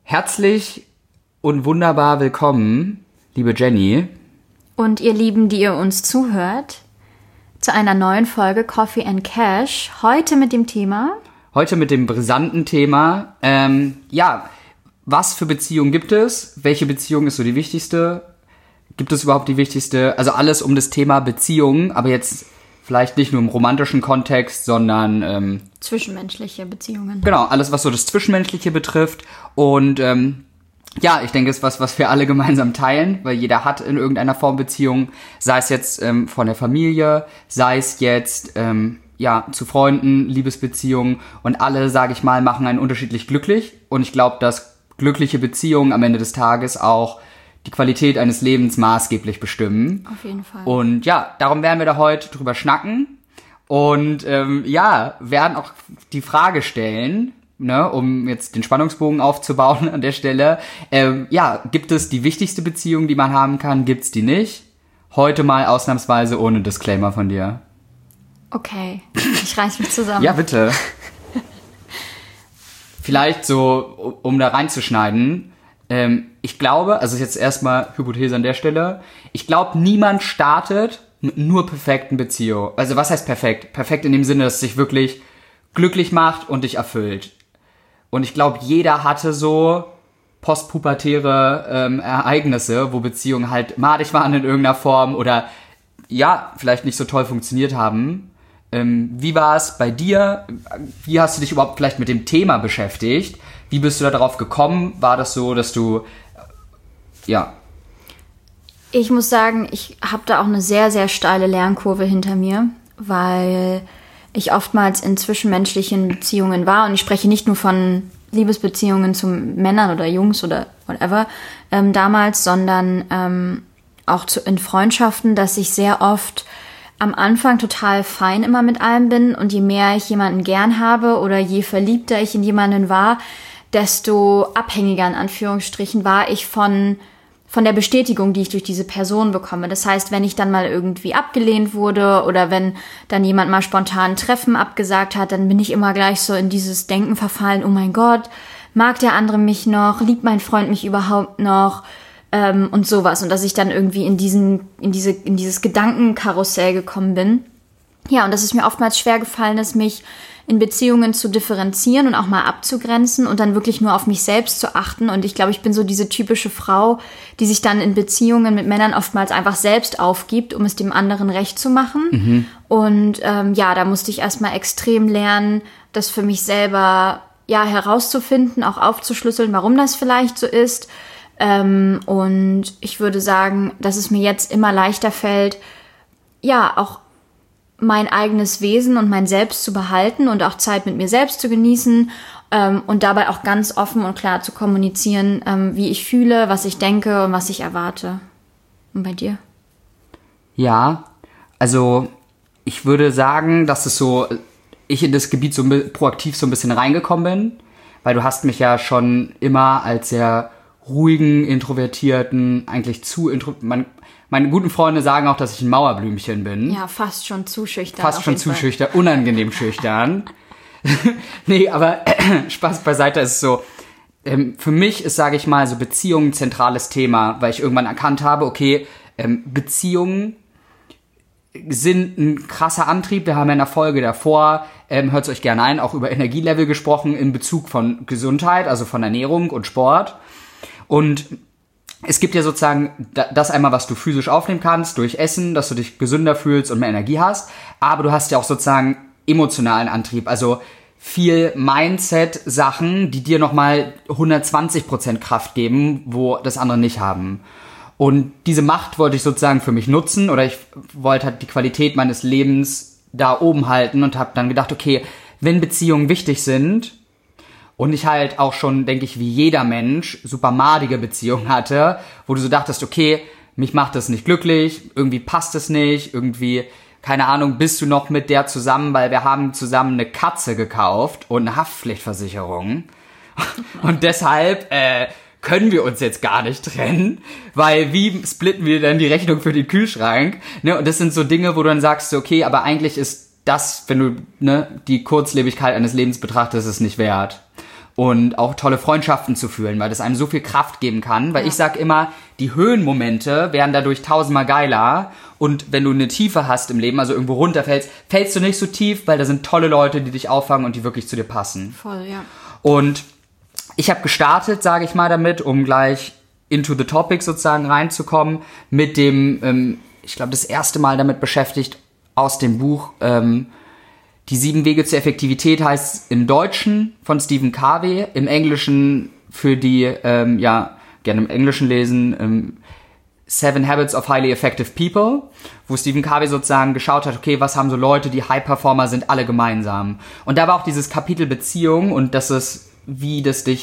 Herzlich und wunderbar willkommen, liebe Jenny. Und ihr Lieben, die ihr uns zuhört, zu einer neuen Folge Coffee and Cash. Heute mit dem brisanten Thema, was für Beziehungen gibt es? Welche Beziehung ist so die wichtigste? Gibt es überhaupt die wichtigste? Also alles um das Thema Beziehungen, aber jetzt vielleicht nicht nur im romantischen Kontext, sondern zwischenmenschliche Beziehungen. Genau, alles, was so das Zwischenmenschliche betrifft. Und ich denke, es ist was wir alle gemeinsam teilen, weil jeder hat in irgendeiner Form Beziehung, sei es jetzt von der Familie, sei es jetzt zu Freunden, Liebesbeziehungen, und alle, sage ich mal, machen einen unterschiedlich glücklich. Und ich glaube, dass glückliche Beziehungen am Ende des Tages auch die Qualität eines Lebens maßgeblich bestimmen. Auf jeden Fall. Und ja, darum werden wir da heute drüber schnacken und werden auch die Frage stellen, um jetzt den Spannungsbogen aufzubauen an der Stelle. Gibt es die wichtigste Beziehung, die man haben kann? Gibt's die nicht? Heute mal ausnahmsweise ohne Disclaimer von dir. Okay, ich reiß mich zusammen. Ja, bitte. Vielleicht so, um da reinzuschneiden. Ich glaube, also jetzt erstmal Hypothese an der Stelle, ich glaube, niemand startet mit nur perfekten Beziehungen. Also was heißt perfekt? Perfekt in dem Sinne, dass es sich wirklich glücklich macht und dich erfüllt. Und ich glaube, jeder hatte so postpubertäre Ereignisse, wo Beziehungen halt madig waren in irgendeiner Form oder vielleicht nicht so toll funktioniert haben. Wie war es bei dir? Wie hast du dich überhaupt vielleicht mit dem Thema beschäftigt? Wie bist du da drauf gekommen? War das so, dass du, Ich muss sagen, ich habe da auch eine sehr, sehr steile Lernkurve hinter mir, weil ich oftmals in zwischenmenschlichen Beziehungen war. Und ich spreche nicht nur von Liebesbeziehungen zu Männern oder Jungs oder whatever damals, sondern auch in Freundschaften, dass ich sehr oft am Anfang total fein immer mit allem bin. Und je mehr ich jemanden gern habe oder je verliebter ich in jemanden war, desto abhängiger in Anführungsstrichen war ich von der Bestätigung, die ich durch diese Person bekomme. Das heißt, wenn ich dann mal irgendwie abgelehnt wurde oder wenn dann jemand mal spontan Treffen abgesagt hat, dann bin ich immer gleich so in dieses Denken verfallen, oh mein Gott, mag der andere mich noch, liebt mein Freund mich überhaupt noch und sowas. Und dass ich dann irgendwie in dieses Gedankenkarussell gekommen bin. Ja, und das ist mir oftmals schwer gefallen, es mich in Beziehungen zu differenzieren und auch mal abzugrenzen und dann wirklich nur auf mich selbst zu achten. Und ich glaube, ich bin so diese typische Frau, die sich dann in Beziehungen mit Männern oftmals einfach selbst aufgibt, um es dem anderen recht zu machen. Mhm. Und da musste ich erstmal extrem lernen, das für mich selber herauszufinden, auch aufzuschlüsseln, warum das vielleicht so ist. Und ich würde sagen, dass es mir jetzt immer leichter fällt, auch mein eigenes Wesen und mein Selbst zu behalten und auch Zeit mit mir selbst zu genießen und dabei auch ganz offen und klar zu kommunizieren, wie ich fühle, was ich denke und was ich erwarte. Und bei dir? Ja, also ich würde sagen, dass ich in das Gebiet so proaktiv so ein bisschen reingekommen bin, weil du hast mich ja schon immer als sehr ruhigen, introvertierten, eigentlich meine guten Freunde sagen auch, dass ich ein Mauerblümchen bin. Ja, fast schon zu schüchtern. Fast schon zu schüchtern, unangenehm schüchtern. Nee, aber Spaß beiseite, ist so, für mich ist, sage ich mal, so Beziehungen ein zentrales Thema, weil ich irgendwann erkannt habe, okay, Beziehungen sind ein krasser Antrieb. Wir haben ja in der Folge davor, hört es euch gerne ein, auch über Energielevel gesprochen in Bezug von Gesundheit, also von Ernährung und Sport. Und es gibt ja sozusagen das einmal, was du physisch aufnehmen kannst, durch Essen, dass du dich gesünder fühlst und mehr Energie hast. Aber du hast ja auch sozusagen emotionalen Antrieb, also viel Mindset-Sachen, die dir nochmal 120% Kraft geben, wo das andere nicht haben. Und diese Macht wollte ich sozusagen für mich nutzen, oder ich wollte halt die Qualität meines Lebens da oben halten und habe dann gedacht, okay, wenn Beziehungen wichtig sind, und ich halt auch schon, denke ich, wie jeder Mensch super madige Beziehungen hatte, wo du so dachtest, okay, mich macht das nicht glücklich, irgendwie passt es nicht, irgendwie, keine Ahnung, bist du noch mit der zusammen, weil wir haben zusammen eine Katze gekauft und eine Haftpflichtversicherung. Und deshalb können wir uns jetzt gar nicht trennen, weil wie splitten wir denn die Rechnung für den Kühlschrank? Ne? Und das sind so Dinge, wo du dann sagst, okay, aber eigentlich ist das, wenn du die Kurzlebigkeit eines Lebens betrachtest, ist es nicht wert. und auch tolle Freundschaften zu fühlen, weil das einem so viel Kraft geben kann. Weil ich sag immer, die Höhenmomente werden dadurch 1000-mal geiler. Und wenn du eine Tiefe hast im Leben, also irgendwo runterfällst, fällst du nicht so tief, weil da sind tolle Leute, die dich auffangen und die wirklich zu dir passen. Voll, ja. Und ich habe gestartet, sage ich mal, damit, um gleich into the topic sozusagen reinzukommen, mit dem, ich glaube, das erste Mal damit beschäftigt aus dem Buch, Die 7 Wege zur Effektivität heißt im Deutschen von Stephen Covey, im Englischen für die, gerne im Englischen lesen, 7 Habits of Highly Effective People, wo Stephen Covey sozusagen geschaut hat, okay, was haben so Leute, die High-Performer sind, alle gemeinsam. Und da war auch dieses Kapitel Beziehung und das ist, wie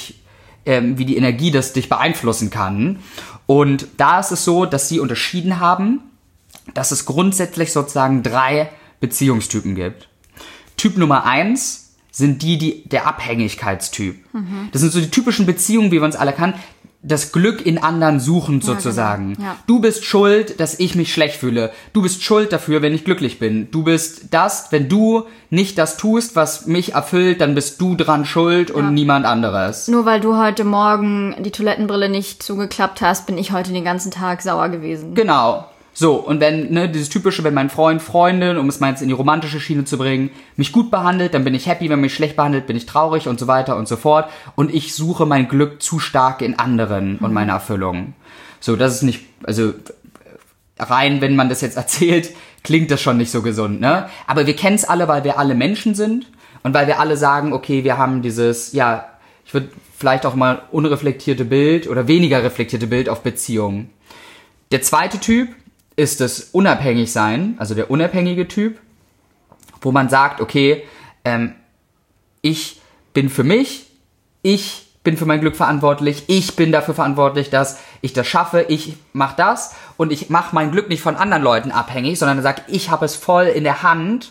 die Energie das dich beeinflussen kann. Und da ist es so, dass sie unterschieden haben, dass es grundsätzlich sozusagen 3 Beziehungstypen gibt. Typ Nummer 1 sind der Abhängigkeitstyp. Das sind so die typischen Beziehungen, wie wir uns alle kennen. Das Glück in anderen suchend sozusagen. Genau. Ja. Du bist schuld, dass ich mich schlecht fühle. Du bist schuld dafür, wenn ich glücklich bin. Du bist das, wenn du nicht das tust, was mich erfüllt, dann bist du dran schuld und niemand anderes. Nur weil du heute Morgen die Toilettenbrille nicht zugeklappt hast, bin ich heute den ganzen Tag sauer gewesen. Genau. So, und wenn, dieses typische, wenn mein Freund, Freundin, um es mal jetzt in die romantische Schiene zu bringen, mich gut behandelt, dann bin ich happy, wenn mich schlecht behandelt, bin ich traurig und so weiter und so fort. Und ich suche mein Glück zu stark in anderen und meine Erfüllung. So, das ist nicht, also rein, wenn man das jetzt erzählt, klingt das schon nicht so gesund, ne? Aber wir kennen es alle, weil wir alle Menschen sind und weil wir alle sagen, okay, wir haben dieses, ich würde vielleicht auch mal unreflektierte Bild oder weniger reflektierte Bild auf Beziehungen. Der zweite Typ ist das Unabhängigsein, also der unabhängige Typ, wo man sagt, okay, ich bin für mich, ich bin für mein Glück verantwortlich, ich bin dafür verantwortlich, dass ich das schaffe, ich mache das und ich mache mein Glück nicht von anderen Leuten abhängig, sondern sage, ich habe es voll in der Hand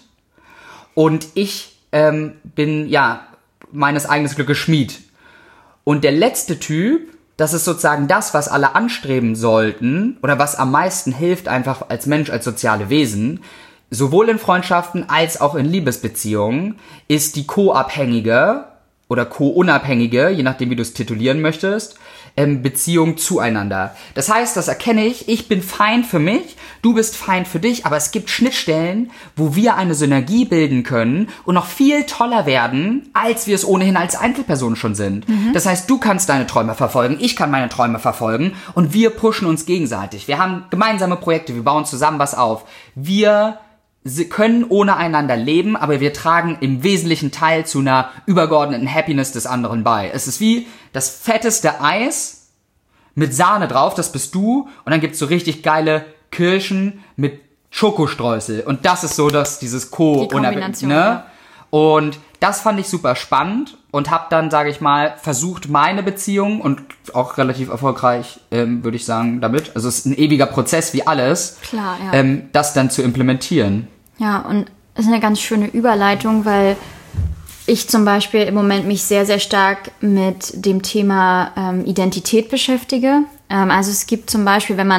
und ich bin, meines eigenen Glückes Schmied. Und der letzte Typ, das ist sozusagen das, was alle anstreben sollten oder was am meisten hilft einfach als Mensch, als soziale Wesen, sowohl in Freundschaften als auch in Liebesbeziehungen, ist die co-abhängige oder co-unabhängige, je nachdem wie du es titulieren möchtest, Beziehung zueinander. Das heißt, das erkenne ich bin fein für mich, du bist fein für dich, aber es gibt Schnittstellen, wo wir eine Synergie bilden können und noch viel toller werden, als wir es ohnehin als Einzelperson schon sind. Das heißt, du kannst deine Träume verfolgen, ich kann meine Träume verfolgen und wir pushen uns gegenseitig. Wir haben gemeinsame Projekte, wir bauen zusammen was auf. Wir können ohne einander leben, aber wir tragen im wesentlichen Teil zu einer übergeordneten Happiness des anderen bei. Es ist wie das fetteste Eis mit Sahne drauf, das bist du, und dann gibt's so richtig geile Kirschen mit Schokostreusel. Und das ist so, dass dieses Kombination, ne? Und das fand ich super spannend und habe dann, sage ich mal, versucht, meine Beziehung und auch relativ erfolgreich, würde ich sagen, damit, also es ist ein ewiger Prozess wie alles, klar, ja. Das dann zu implementieren. Ja, und es ist eine ganz schöne Überleitung, weil ich zum Beispiel im Moment mich sehr, sehr stark mit dem Thema Identität beschäftige. Also es gibt zum Beispiel, wenn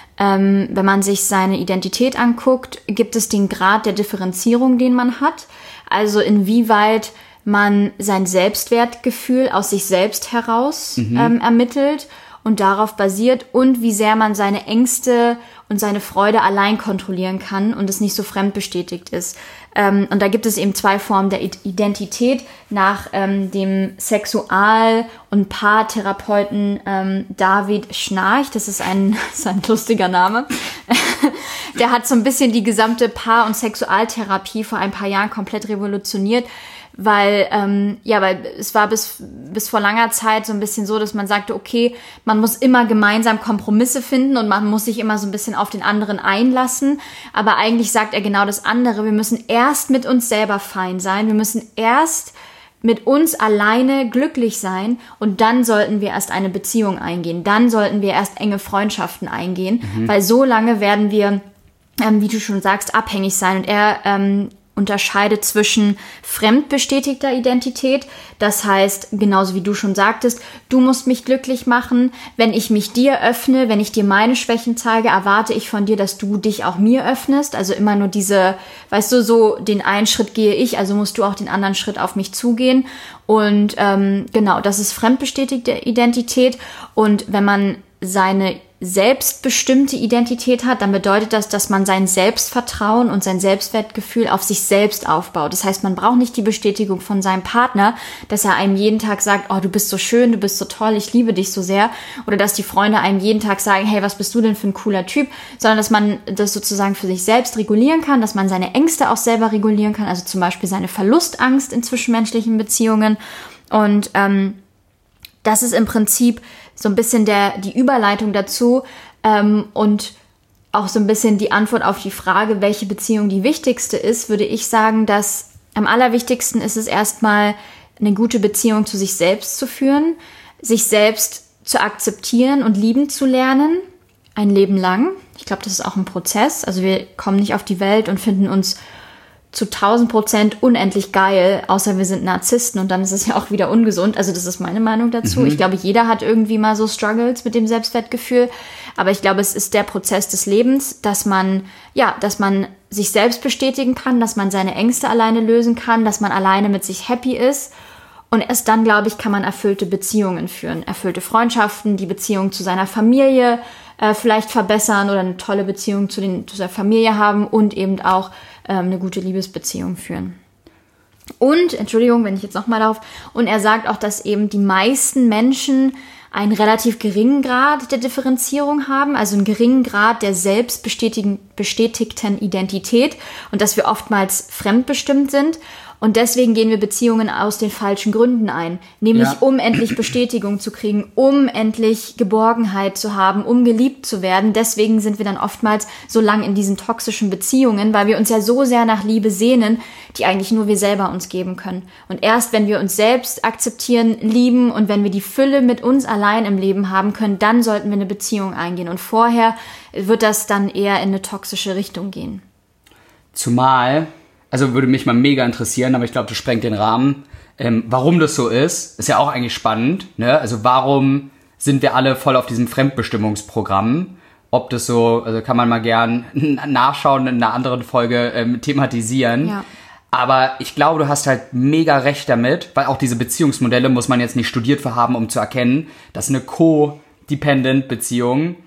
man sich seine Identität anguckt, gibt es den Grad der Differenzierung, den man hat. Also inwieweit man sein Selbstwertgefühl aus sich selbst heraus ermittelt und darauf basiert und wie sehr man seine Ängste und seine Freude allein kontrollieren kann und es nicht so fremdbestätigt ist. Und da gibt es eben 2 Formen der Identität nach dem Sexual- und Paartherapeuten David Schnarch. Das ist ein lustiger Name. Der hat so ein bisschen die gesamte Paar- und Sexualtherapie vor ein paar Jahren komplett revolutioniert, weil es war bis vor langer Zeit so ein bisschen so, dass man sagte, okay, man muss immer gemeinsam Kompromisse finden und man muss sich immer so ein bisschen auf den anderen einlassen, aber eigentlich sagt er genau das andere. Wir müssen erst mit uns selber fein sein, wir müssen erst mit uns alleine glücklich sein und dann sollten wir erst eine Beziehung eingehen, dann sollten wir erst enge Freundschaften eingehen, weil so lange werden wir, wie du schon sagst, abhängig sein. Und er unterscheide zwischen fremdbestätigter Identität. Das heißt, genauso wie du schon sagtest, du musst mich glücklich machen. Wenn ich mich dir öffne, wenn ich dir meine Schwächen zeige, erwarte ich von dir, dass du dich auch mir öffnest. Also immer nur diese, weißt du, so den einen Schritt gehe ich, also musst du auch den anderen Schritt auf mich zugehen. Und genau, das ist fremdbestätigte Identität. Und wenn man seine selbstbestimmte Identität hat, dann bedeutet das, dass man sein Selbstvertrauen und sein Selbstwertgefühl auf sich selbst aufbaut. Das heißt, man braucht nicht die Bestätigung von seinem Partner, dass er einem jeden Tag sagt, oh, du bist so schön, du bist so toll, ich liebe dich so sehr. Oder dass die Freunde einem jeden Tag sagen, hey, was bist du denn für ein cooler Typ? Sondern dass man das sozusagen für sich selbst regulieren kann, dass man seine Ängste auch selber regulieren kann, also zum Beispiel seine Verlustangst in zwischenmenschlichen Beziehungen. Und das ist im Prinzip so ein bisschen die Überleitung dazu und auch so ein bisschen die Antwort auf die Frage, welche Beziehung die wichtigste ist, würde ich sagen, dass am allerwichtigsten ist es erstmal, eine gute Beziehung zu sich selbst zu führen, sich selbst zu akzeptieren und lieben zu lernen, ein Leben lang. Ich glaube, das ist auch ein Prozess. Also wir kommen nicht auf die Welt und finden uns zu 1000% unendlich geil, außer wir sind Narzissten und dann ist es ja auch wieder ungesund. Also das ist meine Meinung dazu. Ich glaube, jeder hat irgendwie mal so Struggles mit dem Selbstwertgefühl. Aber ich glaube, es ist der Prozess des Lebens, dass man sich selbst bestätigen kann, dass man seine Ängste alleine lösen kann, dass man alleine mit sich happy ist. Und erst dann, glaube ich, kann man erfüllte Beziehungen führen. Erfüllte Freundschaften, die Beziehung zu seiner Familie vielleicht verbessern oder eine tolle Beziehung zu der Familie haben und eben auch eine gute Liebesbeziehung führen. Und, Entschuldigung, wenn ich jetzt nochmal darauf, und er sagt auch, dass eben die meisten Menschen einen relativ geringen Grad der Differenzierung haben, also einen geringen Grad der selbstbestätigten Identität und dass wir oftmals fremdbestimmt sind. Und deswegen gehen wir Beziehungen aus den falschen Gründen ein. Nämlich um endlich Bestätigung zu kriegen, um endlich Geborgenheit zu haben, um geliebt zu werden. Deswegen sind wir dann oftmals so lang in diesen toxischen Beziehungen, weil wir uns ja so sehr nach Liebe sehnen, die eigentlich nur wir selber uns geben können. Und erst wenn wir uns selbst akzeptieren, lieben und wenn wir die Fülle mit uns allein im Leben haben können, dann sollten wir eine Beziehung eingehen. Und vorher wird das dann eher in eine toxische Richtung gehen. Zumal... Also würde mich mal mega interessieren, aber ich glaube, das sprengt den Rahmen. Warum das so ist ja auch eigentlich spannend. Ne? Also warum sind wir alle voll auf diesem Fremdbestimmungsprogramm? Ob das so, also kann man mal gern nachschauen in einer anderen Folge thematisieren. Ja. Aber ich glaube, du hast halt mega recht damit, weil auch diese Beziehungsmodelle muss man jetzt nicht studiert für haben, um zu erkennen, dass eine Co-Dependent-Beziehung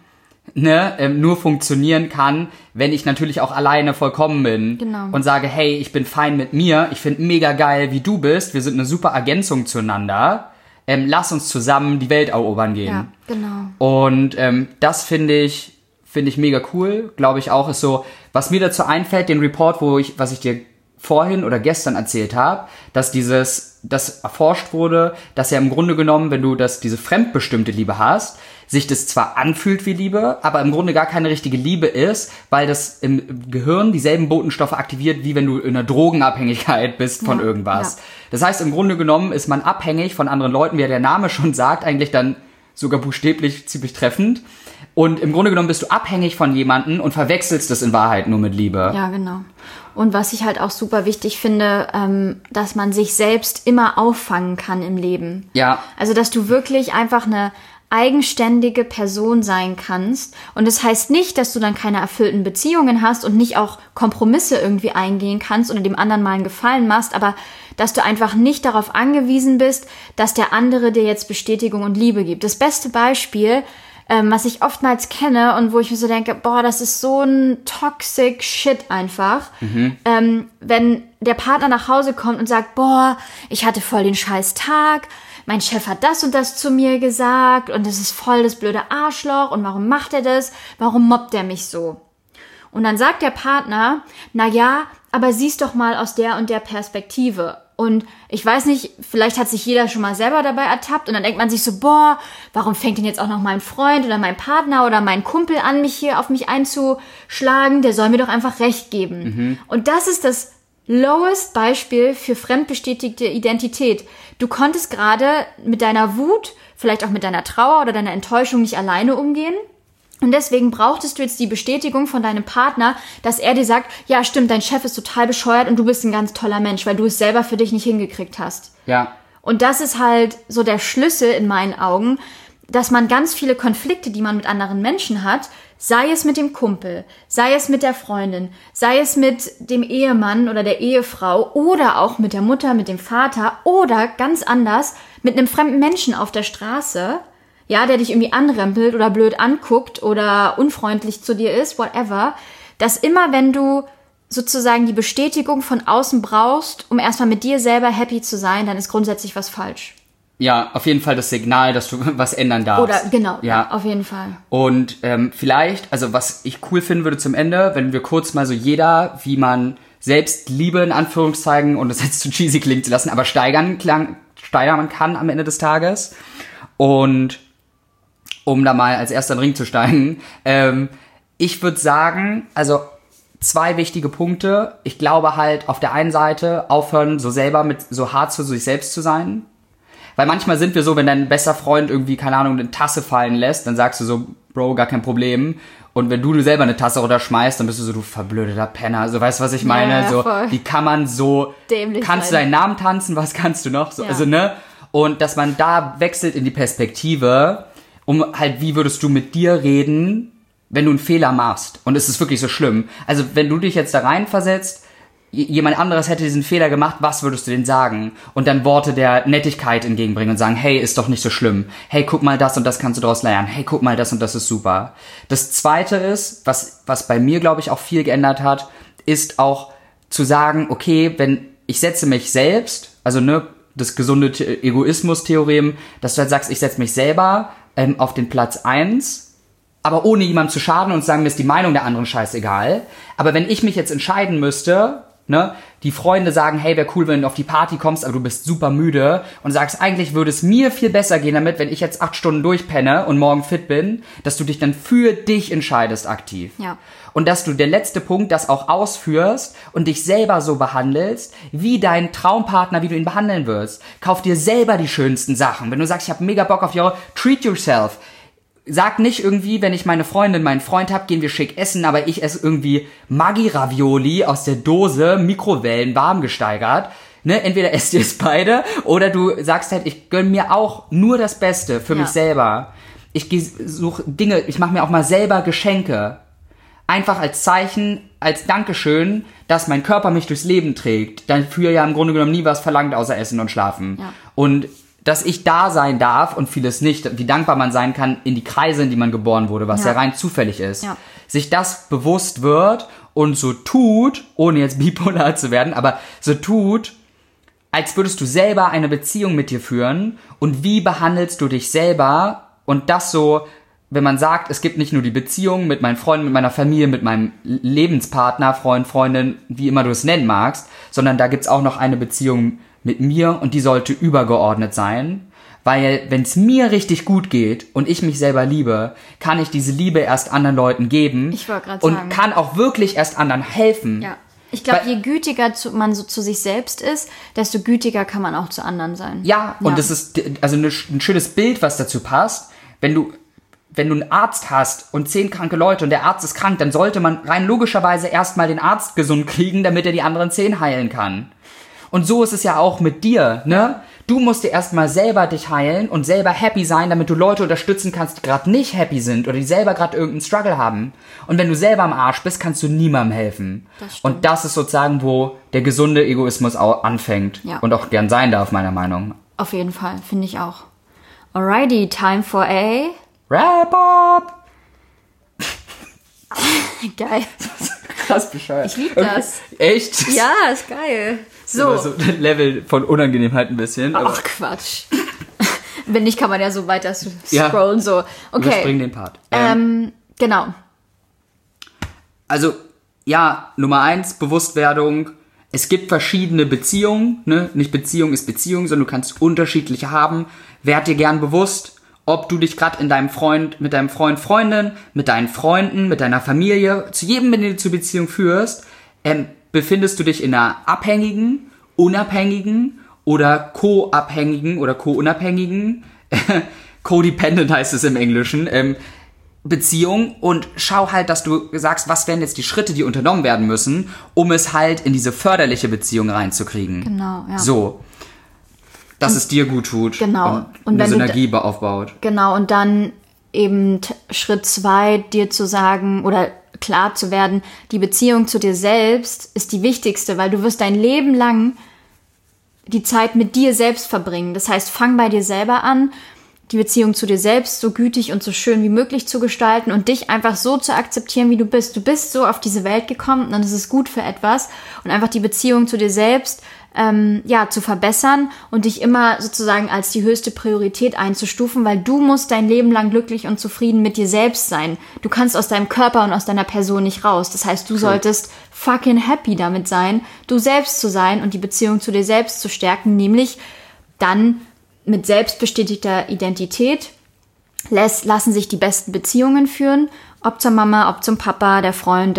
nur funktionieren kann, wenn ich natürlich auch alleine vollkommen bin. Genau. Und sage, hey, ich bin fein mit mir, ich finde mega geil, wie du bist, wir sind eine super Ergänzung zueinander, lass uns zusammen die Welt erobern gehen. Ja, genau. Und das finde ich mega cool, glaube ich auch, ist so, was mir dazu einfällt, den Report, was ich dir vorhin oder gestern erzählt habe, dass das erforscht wurde, dass ja im Grunde genommen, wenn du diese fremdbestimmte Liebe hast, sich das zwar anfühlt wie Liebe, aber im Grunde gar keine richtige Liebe ist, weil das im Gehirn dieselben Botenstoffe aktiviert, wie wenn du in einer Drogenabhängigkeit bist von irgendwas. Ja. Das heißt, im Grunde genommen ist man abhängig von anderen Leuten, wie der Name schon sagt, eigentlich dann sogar buchstäblich ziemlich treffend. Und im Grunde genommen bist du abhängig von jemandem und verwechselst das in Wahrheit nur mit Liebe. Ja, genau. Und was ich halt auch super wichtig finde, dass man sich selbst immer auffangen kann im Leben. Ja. Also, dass du wirklich einfach eine eigenständige Person sein kannst. Und das heißt nicht, dass du dann keine erfüllten Beziehungen hast und nicht auch Kompromisse irgendwie eingehen kannst und dem anderen mal einen Gefallen machst, aber dass du einfach nicht darauf angewiesen bist, dass der andere dir jetzt Bestätigung und Liebe gibt. Das beste Beispiel, was ich oftmals kenne und wo ich mir so denke, boah, das ist so ein toxic Shit einfach. Wenn der Partner nach Hause kommt und sagt, boah, ich hatte voll den scheiß Tag, mein Chef hat das und das zu mir gesagt und das ist voll das blöde Arschloch und warum macht er das? Warum mobbt er mich so? Und dann sagt der Partner, na ja, aber sieh's doch mal aus der und der Perspektive. Und ich weiß nicht, vielleicht hat sich jeder schon mal selber dabei ertappt und dann denkt man sich so, boah, warum fängt denn jetzt auch noch mein Freund oder mein Partner oder mein Kumpel an, mich hier auf mich einzuschlagen? Der soll mir doch einfach recht geben. Und das ist das lowest Beispiel für fremdbestätigte Identität. Du konntest gerade mit deiner Wut, vielleicht auch mit deiner Trauer oder deiner Enttäuschung nicht alleine umgehen. Und deswegen brauchtest du jetzt die Bestätigung von deinem Partner, dass er dir sagt, ja stimmt, dein Chef ist total bescheuert und du bist ein ganz toller Mensch, weil du es selber für dich nicht hingekriegt hast. Ja. Und das ist halt so der Schlüssel in meinen Augen, dass man ganz viele Konflikte, die man mit anderen Menschen hat, sei es mit dem Kumpel, sei es mit der Freundin, sei es mit dem Ehemann oder der Ehefrau oder auch mit der Mutter, mit dem Vater oder ganz anders mit einem fremden Menschen auf der Straße, ja, der dich irgendwie anrempelt oder blöd anguckt oder unfreundlich zu dir ist, whatever, dass immer wenn du sozusagen die Bestätigung von außen brauchst, um erstmal mit dir selber happy zu sein, dann ist grundsätzlich was falsch. Ja, auf jeden Fall das Signal, dass du was ändern darfst. Oder, genau, ja, auf jeden Fall. Und vielleicht, also was ich cool finden würde zum Ende, wenn wir kurz mal so jeder, wie man Selbstliebe in Anführungszeichen, und das jetzt zu cheesy klingt zu lassen, aber steigern kann am Ende des Tages. Und um da mal als erster in den Ring zu steigen, ich würde sagen, also 2 wichtige Punkte. Ich glaube halt auf der einen Seite aufhören, so hart zu sich selbst zu sein. Weil manchmal sind wir so, wenn dein bester Freund irgendwie, keine Ahnung, eine Tasse fallen lässt, dann sagst du so, Bro, gar kein Problem. Und wenn du selber eine Tasse runterschmeißt, dann bist du so, du verblödeter Penner. So, weißt du, was ich meine? Ja, so, voll. wie kann man so, dämlich kannst sein. du deinen Namen tanzen? Was kannst du noch? So, Ja. also, ne? Und dass man da wechselt in die Perspektive, um halt, wie würdest du mit dir reden, wenn du einen Fehler machst? Und es ist wirklich so schlimm. Also, wenn du dich jetzt da reinversetzt, jemand anderes hätte diesen Fehler gemacht, was würdest du denn sagen? Und dann Worte der Nettigkeit entgegenbringen und sagen, hey, ist doch nicht so schlimm. Hey, guck mal, das und das kannst du daraus lernen. Hey, guck mal, das und das ist super. Das Zweite ist, was bei mir, glaube ich, auch viel geändert hat, ist auch zu sagen, okay, wenn ich setze mich selbst, also ne, das gesunde Egoismus-Theorem, dass du halt sagst, ich setze mich selber auf den Platz 1, aber ohne jemandem zu schaden und zu sagen, mir ist die Meinung der anderen scheißegal. Aber wenn ich mich jetzt entscheiden müsste, ne, die Freunde sagen, hey, wäre cool, wenn du auf die Party kommst, aber du bist super müde und sagst, eigentlich würde es mir viel besser gehen damit, wenn ich jetzt 8 Stunden durchpenne und morgen fit bin, dass du dich dann für dich entscheidest aktiv. Ja. Und dass du, der letzte Punkt, das auch ausführst und dich selber so behandelst, wie dein Traumpartner, wie du ihn behandeln wirst. Kauf dir selber die schönsten Sachen. Wenn du sagst, ich habe mega Bock auf treat yourself. Sag nicht irgendwie, wenn ich meine Freundin, meinen Freund hab, gehen wir schick essen, aber ich esse irgendwie Maggi-Ravioli aus der Dose, Mikrowellen, warm gesteigert. Ne? Entweder esst ihr es beide oder du sagst halt, ich gönn mir auch nur das Beste für mich selber. Ich suche Dinge, ich mache mir auch mal selber Geschenke. Einfach als Zeichen, als Dankeschön, dass mein Körper mich durchs Leben trägt. Dafür ja im Grunde genommen nie was verlangt, außer Essen und Schlafen. Ja. Und dass ich da sein darf und vieles nicht, wie dankbar man sein kann in die Kreise, in die man geboren wurde, was ja rein zufällig ist. Ja. Sich das bewusst wird und so tut, ohne jetzt bipolar zu werden, aber so tut, als würdest du selber eine Beziehung mit dir führen und wie behandelst du dich selber und das so, wenn man sagt, es gibt nicht nur die Beziehung mit meinen Freunden, mit meiner Familie, mit meinem Lebenspartner, Freund, Freundin, wie immer du es nennen magst, sondern da gibt's auch noch eine Beziehung mit mir und die sollte übergeordnet sein, weil wenn es mir richtig gut geht und ich mich selber liebe, kann ich diese Liebe erst anderen Leuten geben Ich wollte gerade und sagen. kann auch wirklich erst anderen helfen. Ja. Ich glaube, Weil- je gütiger man so zu sich selbst ist, desto gütiger kann man auch zu anderen sein. Ja, und das ist also ein schönes Bild, was dazu passt. Wenn du einen Arzt hast und 10 kranke Leute und der Arzt ist krank, dann sollte man rein logischerweise erstmal den Arzt gesund kriegen, damit er die anderen 10 heilen kann. Und so ist es ja auch mit dir, ne? Du musst dir erstmal selber dich heilen und selber happy sein, damit du Leute unterstützen kannst, die gerade nicht happy sind oder die selber gerade irgendeinen Struggle haben. Und wenn du selber am Arsch bist, kannst du niemandem helfen. Das stimmt. Und das ist sozusagen, wo der gesunde Egoismus auch anfängt. Ja. Und auch gern sein darf, meiner Meinung. Auf jeden Fall, finde ich auch. Alrighty, time for a... Wrap-up! Geil. Krass bescheuert. Ich lieb das. Echt? Ja, ist geil. So. So. Ein Level von Unangenehmheit ein bisschen. aber Ach, Quatsch. Wenn nicht, kann man ja so weiter Ja. scrollen, so. Überspringen Okay. den Part. Genau. Also, ja, Nummer 1, Bewusstwerdung. Es gibt verschiedene Beziehungen, ne? Nicht Beziehung ist Beziehung, sondern du kannst unterschiedliche haben. Werd dir gern bewusst, ob du dich gerade mit deinem Freund, Freundin, mit deinen Freunden, mit deiner Familie, zu jedem, den du zur Beziehung führst, befindest du dich in einer abhängigen, unabhängigen oder co-abhängigen oder co-unabhängigen, codependent heißt es im Englischen, Beziehung und schau halt, dass du sagst, was wären jetzt die Schritte, die unternommen werden müssen, um es halt in diese förderliche Beziehung reinzukriegen. Genau, ja. So. Dass es dir gut tut. Genau. Und eine Synergie aufbaut. Genau, und dann eben Schritt 2, dir zu sagen oder klar zu werden, die Beziehung zu dir selbst ist die wichtigste, weil du wirst dein Leben lang die Zeit mit dir selbst verbringen. Das heißt, fang bei dir selber an, die Beziehung zu dir selbst so gütig und so schön wie möglich zu gestalten und dich einfach so zu akzeptieren, wie du bist. Du bist so auf diese Welt gekommen und es ist gut für etwas. Und einfach die Beziehung zu dir selbst zu verbessern und dich immer sozusagen als die höchste Priorität einzustufen, weil du musst dein Leben lang glücklich und zufrieden mit dir selbst sein. Du kannst aus deinem Körper und aus deiner Person nicht raus. Das heißt, du solltest fucking happy damit sein, du selbst zu sein und die Beziehung zu dir selbst zu stärken, nämlich dann mit selbstbestätigter Identität lassen sich die besten Beziehungen führen, ob zur Mama, ob zum Papa, der Freund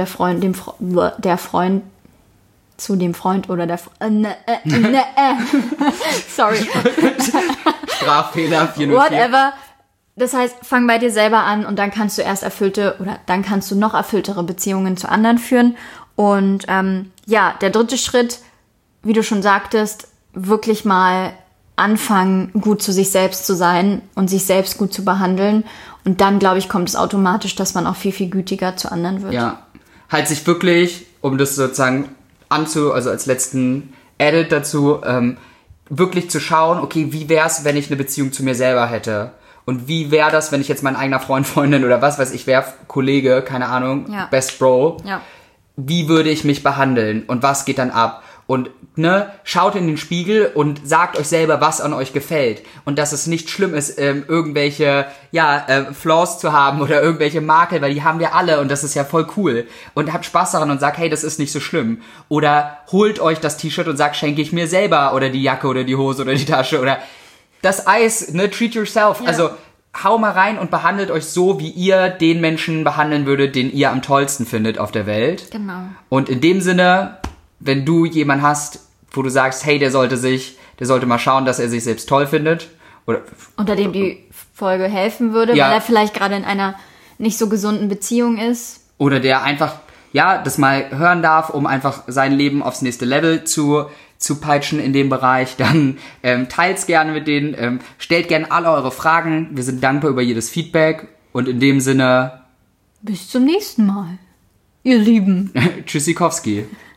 zu dem Freund oder der sorry. Sprachfehler 404. Whatever. Das heißt, fang bei dir selber an und dann kannst du dann kannst du noch erfülltere Beziehungen zu anderen führen. Und der dritte Schritt, wie du schon sagtest, wirklich mal anfangen, gut zu sich selbst zu sein und sich selbst gut zu behandeln. Und dann, glaube ich, kommt es automatisch, dass man auch viel, viel gütiger zu anderen wird. Ja, halt sich wirklich, um das sozusagen also als letzten Edit dazu, wirklich zu schauen, okay, wie wär's, wenn ich eine Beziehung zu mir selber hätte? Und wie wäre das, wenn ich jetzt mein eigener Freund, Freundin oder was weiß ich, Kollege, keine Ahnung, Best Bro, wie würde ich mich behandeln und was geht dann ab? Und schaut in den Spiegel und sagt euch selber, was an euch gefällt. Und dass es nicht schlimm ist, irgendwelche Flaws zu haben oder irgendwelche Makel, weil die haben wir alle und das ist ja voll cool. Und habt Spaß daran und sagt, hey, das ist nicht so schlimm. Oder holt euch das T-Shirt und sagt, schenke ich mir selber oder die Jacke oder die Hose oder die Tasche oder das Eis, treat yourself. Ja. Also hau mal rein und behandelt euch so, wie ihr den Menschen behandeln würdet, den ihr am tollsten findet auf der Welt. Genau. Und in dem Sinne, wenn du jemanden hast, wo du sagst, hey, der sollte mal schauen, dass er sich selbst toll findet. Oder unter dem die Folge helfen würde, weil er vielleicht gerade in einer nicht so gesunden Beziehung ist. Oder der einfach, das mal hören darf, um einfach sein Leben aufs nächste Level zu peitschen in dem Bereich, dann teilt's gerne mit denen, stellt gerne alle eure Fragen. Wir sind dankbar über jedes Feedback. Und in dem Sinne... Bis zum nächsten Mal, ihr Lieben. Tschüssikowski.